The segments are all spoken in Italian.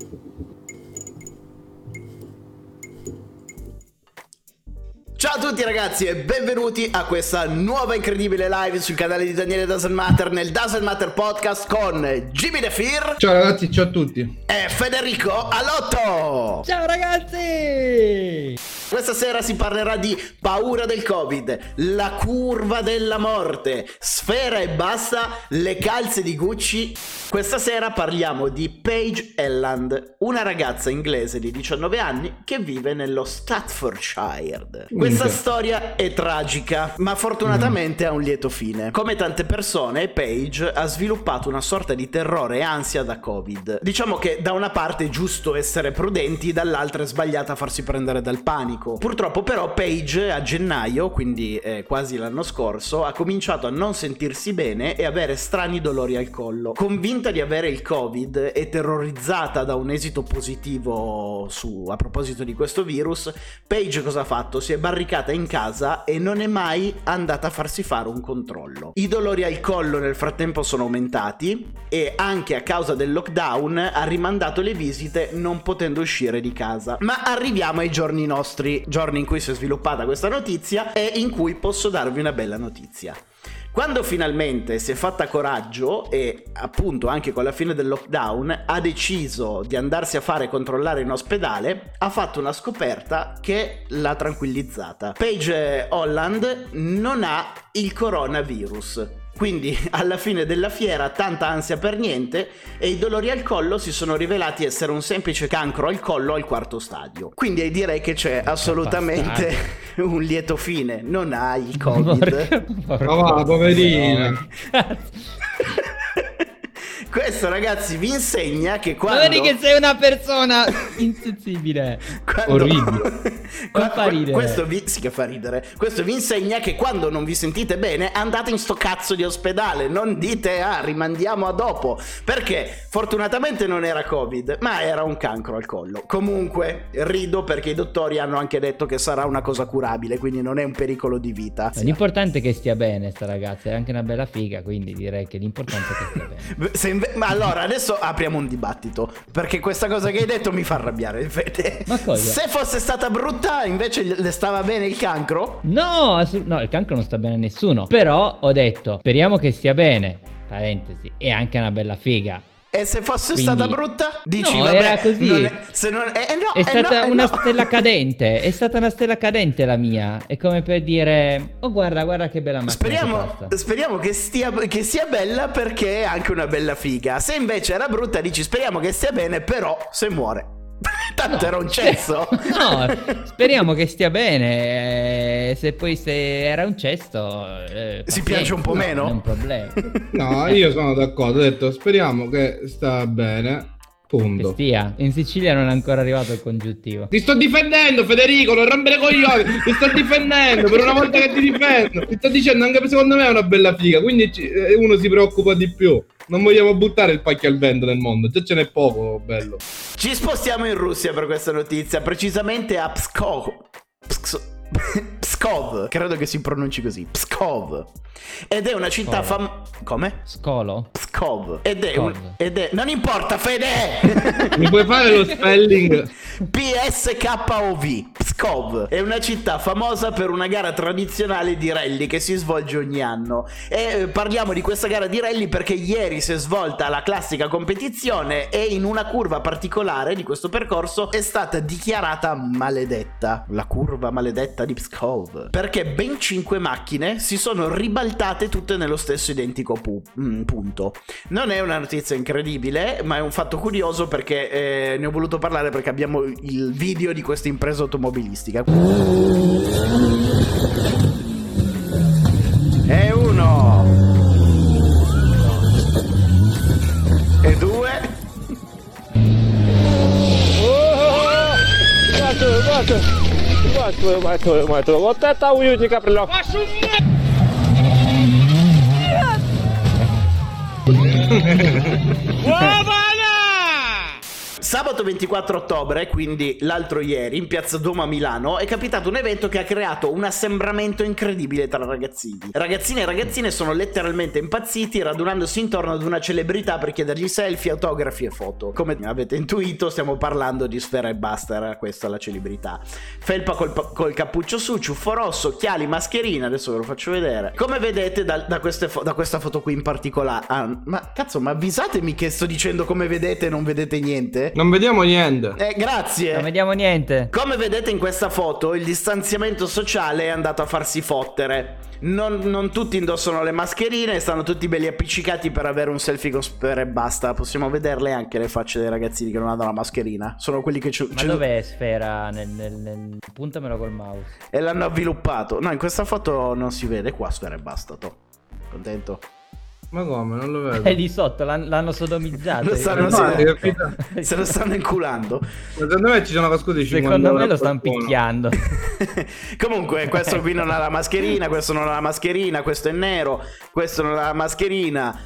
Ciao a tutti ragazzi e benvenuti a questa nuova incredibile live sul canale di Daniele Doesn't Matter, nel Doesn't Matter Podcast con Jimmy The Fear. Ciao ragazzi, ciao a tutti. E Federico Alotto. Ciao ragazzi. Questa sera si parlerà di paura del Covid, la curva della morte, sfera e basta, le calze di Gucci. Questa sera parliamo di Paige Elland, una ragazza inglese di 19 anni che vive nello Staffordshire. Questa storia è tragica, ma fortunatamente ha un lieto fine. Come tante persone, Paige ha sviluppato una sorta di terrore e ansia da Covid. Diciamo che da una parte è giusto essere prudenti, dall'altra è sbagliata farsi prendere dal panico. Purtroppo però Paige a gennaio, quindi quasi l'anno scorso, ha cominciato a non sentirsi bene e avere strani dolori al collo. Convinta di avere il Covid e terrorizzata da un esito positivo a proposito di questo virus, Paige cosa ha fatto? Si è barricata in casa e non è mai andata a farsi fare un controllo. I dolori al collo nel frattempo sono aumentati e anche a causa del lockdown ha rimandato le visite non potendo uscire di casa. Ma arriviamo ai giorni nostri, giorni in cui si è sviluppata questa notizia e in cui posso darvi una bella notizia. Quando finalmente si è fatta coraggio e appunto anche con la fine del lockdown ha deciso di andarsi a fare controllare in ospedale, ha fatto una scoperta che l'ha tranquillizzata. Paige Elland non ha il coronavirus. Quindi alla fine della fiera tanta ansia per niente e i dolori al collo si sono rivelati essere un semplice cancro al collo al quarto stadio. Quindi direi che c'è assolutamente un lieto fine, non hai il Covid. Oh, poverino. Questo ragazzi vi insegna che quando... Ma vedi che sei una persona insensibile. Orribile. Fa ridere. Questo sì che fa ridere. Questo vi insegna che quando non vi sentite bene andate in sto cazzo di ospedale. Non dite rimandiamo a dopo. Perché fortunatamente non era Covid, ma era un cancro al collo. Comunque rido perché i dottori hanno anche detto che sarà una cosa curabile, quindi non è un pericolo di vita. L'importante è che stia bene sta ragazza. È anche una bella figa, quindi direi che l'importante è che stia bene. Ma allora adesso apriamo un dibattito, perché questa cosa che hai detto mi fa arrabbiare, Fede. Ma cosa? Se fosse stata brutta invece le stava bene il cancro? No, il cancro non sta bene a nessuno. Però ho detto speriamo che stia bene, parentesi, è anche una bella figa. E se fosse stata brutta? Dici no, vabbè, era così. È stata una stella cadente. È stata una stella cadente la mia. È come per dire oh guarda che bella macchina. Speriamo che sia bella perché è anche una bella figa. Se invece era brutta dici speriamo che stia bene, però se muore tanto era un cesso. No, speriamo che stia bene. Se era un cesto si piace un po' meno, non è un problema. No, io sono d'accordo. Ho detto speriamo che sta bene. Punto. Stia. In Sicilia non è ancora arrivato il congiuntivo. Ti sto difendendo, Federico, non rompere coglioni. Ti sto difendendo per una volta che ti difendo. Ti sto dicendo anche secondo me è una bella figa. Quindi uno si preoccupa di più. Non vogliamo buttare il pacchio al vento nel mondo. Già ce n'è poco, bello. Ci spostiamo in Russia per questa notizia, precisamente a Pskov, credo che si pronunci così, Pskov. Ed è una città come? Scolo? Pskov. Ed è non importa, Fede. Mi puoi fare lo spelling? PSKOV. Pskov è una città famosa per una gara tradizionale di rally che si svolge ogni anno. E parliamo di questa gara di rally perché ieri si è svolta la classica competizione e in una curva particolare di questo percorso è stata dichiarata maledetta. La curva maledetta di Pskov. Perché ben 5 macchine si sono ribaltate tutte nello stesso identico punto. Non è una notizia incredibile, ma è un fatto curioso perché ne ho voluto parlare perché abbiamo il video di questa impresa automobilistica. E 1 e 2. Вот это уютненько прилег. Sabato 24 ottobre, quindi l'altro ieri, in Piazza Duomo a Milano, è capitato un evento che ha creato un assembramento incredibile tra ragazzini. Ragazzine e ragazzine sono letteralmente impazziti, radunandosi intorno ad una celebrità per chiedergli selfie, autografi e foto. Come avete intuito, stiamo parlando di Sfera Ebbasta, era questa la celebrità. Felpa col cappuccio su, ciuffo rosso, occhiali, mascherina, adesso ve lo faccio vedere. Come vedete da questa foto qui in particolare... ma cazzo, ma avvisatemi che sto dicendo come vedete e non vedete niente? Non vediamo niente. Grazie. Non vediamo niente. Come vedete in questa foto, il distanziamento sociale è andato a farsi fottere. Non tutti indossano le mascherine, stanno tutti belli appiccicati per avere un selfie con Sfera Ebbasta. Possiamo vederle anche le facce dei ragazzini che non hanno la mascherina. Sono quelli che Ma dov'è Sfera? Puntamelo col mouse. E l'hanno avviluppato. No, in questa foto non si vede qua Sfera Ebbasta. Contento? Ma come? Non lo vedo. È lì sotto, l'hanno sodomizzato. Se lo stanno inculando. Secondo me ci sono cascuti 50 Secondo me lo euro stanno qualcuno. picchiando. Comunque, questo qui non ha la mascherina, questo non ha la mascherina, questo è nero, questo non ha la mascherina.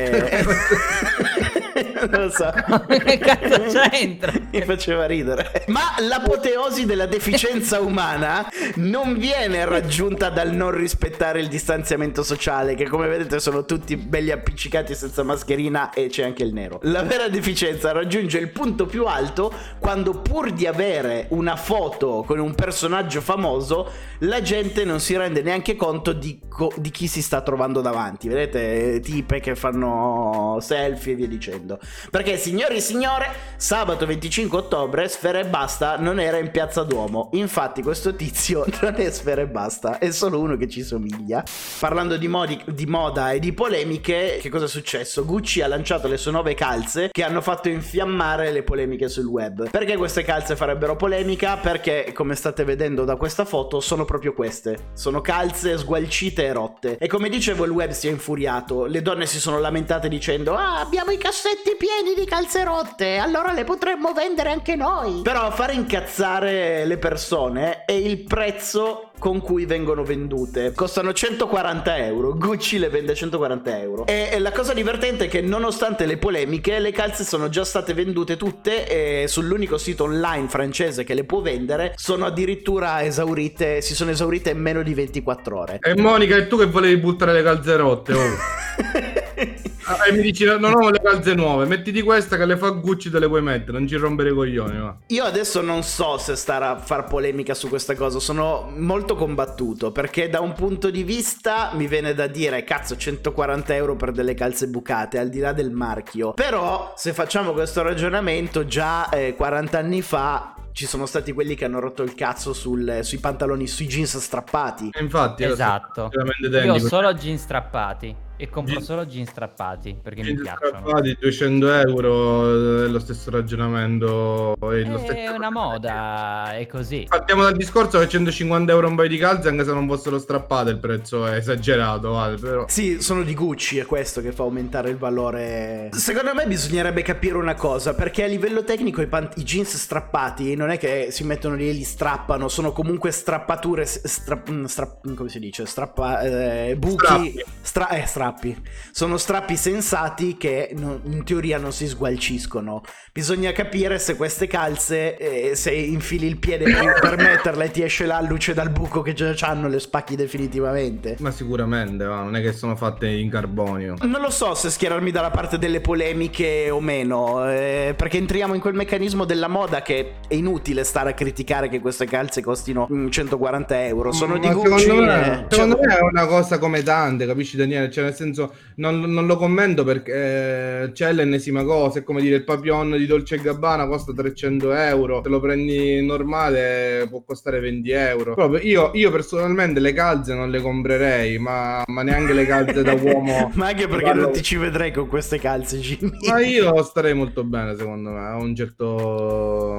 Non lo so. Che cazzo c'entra? Mi faceva ridere. Ma l'apoteosi della deficienza umana non viene raggiunta dal non rispettare il distanziamento sociale, che come vedete sono tutti belli appiccicati senza mascherina e c'è anche il nero. La vera deficienza raggiunge il punto più alto quando, pur di avere una foto con un personaggio famoso, la gente non si rende neanche conto di chi si sta trovando davanti. Vedete, tipe che fanno selfie e via dicendo. Perché, signori e signore, sabato 25 ottobre Sfera Ebbasta non era in Piazza Duomo. Infatti questo tizio non è Sfera Ebbasta, è solo uno che ci somiglia. Parlando di moda e di polemiche, che cosa è successo? Gucci ha lanciato le sue nuove calze che hanno fatto infiammare le polemiche sul web. Perché queste calze farebbero polemica? Perché, come state vedendo da questa foto, sono proprio queste. Sono calze sgualcite e rotte. E come dicevo, il web si è infuriato. Le donne si sono lamentate dicendo: ah, abbiamo i cassetti pieni di calze rotte, allora le potremmo vendere anche noi. Però a fare incazzare le persone è il prezzo con cui vengono vendute. Costano 140 euro, Gucci le vende 140 euro. E la cosa divertente è che, nonostante le polemiche, le calze sono già state vendute tutte e sull'unico sito online francese che le può vendere sono addirittura esaurite, si sono esaurite in meno di 24 ore. E Monica, e tu che volevi buttare le calze rotte? Oh. E mi dici non ho le calze nuove, mettiti questa che le fa Gucci, te le puoi mettere, non ci rompere i coglioni, va. Io adesso non so se stare a far polemica su questa cosa, sono molto combattuto, perché da un punto di vista mi viene da dire cazzo, 140 euro per delle calze bucate, al di là del marchio. Però se facciamo questo ragionamento, già 40 anni fa ci sono stati quelli che hanno rotto il cazzo sui pantaloni, sui jeans strappati. Infatti, Esatto. Io ho solo jeans strappati e compro solo jeans strappati perché mi piacciono. Strappati 200 euro è lo stesso ragionamento. È una moda, è così. Partiamo dal discorso che 150 euro un paio di calze, anche se non fossero strappate, il prezzo è esagerato, vale, però. Sì, sono di Gucci, è questo che fa aumentare il valore. Secondo me bisognerebbe capire una cosa, perché a livello tecnico i jeans strappati non è che si mettono lì e li strappano, sono comunque strappature, come si dice? Buchi, strappi. Sono strappi sensati che in teoria non si sgualciscono. Bisogna capire se queste calze, se infili il piede per metterle e ti esce l'alluce dal buco che già c'hanno, le spacchi definitivamente. Ma sicuramente, non è che sono fatte in carbonio. Non lo so se schierarmi dalla parte delle polemiche o meno, perché entriamo in quel meccanismo della moda che è inutile stare a criticare che queste calze costino 140 euro. Sono di Gucci. Secondo me è una cosa come tante, capisci Daniele? Cioè, nel senso, non lo commento perché c'è l'ennesima cosa. È come dire, il papillon di Dolce & Gabbana costa 300 euro, se lo prendi normale può costare 20 euro. Proprio io personalmente le calze non le comprerei, ma neanche le calze da uomo. Ma anche perché non ti ci vedrei con queste calze, Jimmy. Ma io starei molto bene, secondo me, ho un certo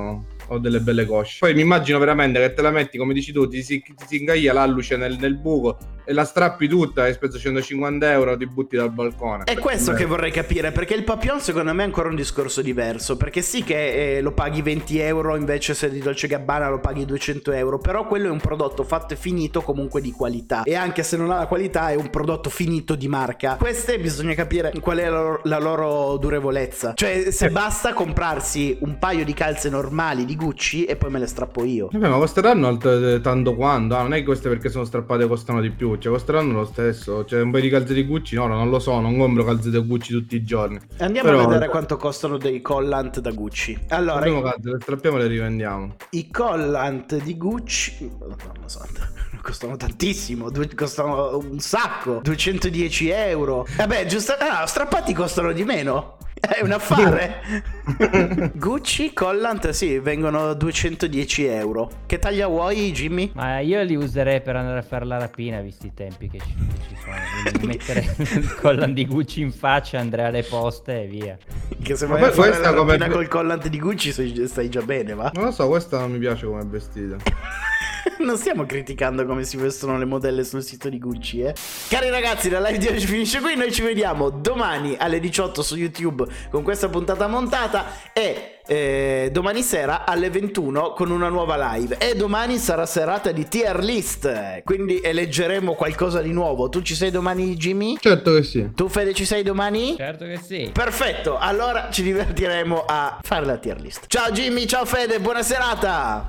ho delle belle cosce. Poi mi immagino veramente che te la metti, come dici tu, ti si ingaglia l'alluce nel buco e la strappi tutta, hai speso 150 euro, ti butti dal balcone. È questo che vorrei capire, perché il Papillon secondo me è ancora un discorso diverso, perché sì che lo paghi 20 euro, invece se di Dolce & Gabbana lo paghi 200 euro, però quello è un prodotto fatto e finito comunque di qualità, e anche se non ha la qualità è un prodotto finito di marca. Queste bisogna capire qual è la loro durevolezza, cioè se basta comprarsi un paio di calze normali di Gucci e poi me le strappo io. Vabbè, ma costeranno tanto quanto? Non è che queste perché sono strappate costano di più, cioè costeranno lo stesso. Cioè un paio di calze di Gucci, no, non lo so, non compro calze di Gucci tutti i giorni. Andiamo a vedere quanto costano dei collant da Gucci. Allora, le strappiamo e le rivendiamo. I collant di Gucci, Madonna santa, costano tantissimo, costano un sacco, 210 euro. Vabbè, giusto, strappati costano di meno. È un affare. Gucci collant, sì, vengono 210 euro. Che taglia vuoi, Jimmy? Ma io li userei per andare a fare la rapina, visti i tempi che ci sono. Quindi mettere il collant di Gucci in faccia, andrei alle poste e via. Che se vai a fare la rapina col collant di Gucci stai già bene, va? Non lo so, questa non mi piace come è vestita. Non stiamo criticando come si vestono le modelle sul sito di Gucci, eh. Cari ragazzi, la live di oggi finisce qui. Noi ci vediamo domani alle 18 su YouTube con questa puntata montata e domani sera alle 21 con una nuova live. E domani sarà serata di tier list, quindi eleggeremo qualcosa di nuovo. Tu ci sei domani, Jimmy? Certo che sì. Tu, Fede, ci sei domani? Certo che sì. Perfetto, allora ci divertiremo a fare la tier list. Ciao Jimmy, ciao Fede, buona serata.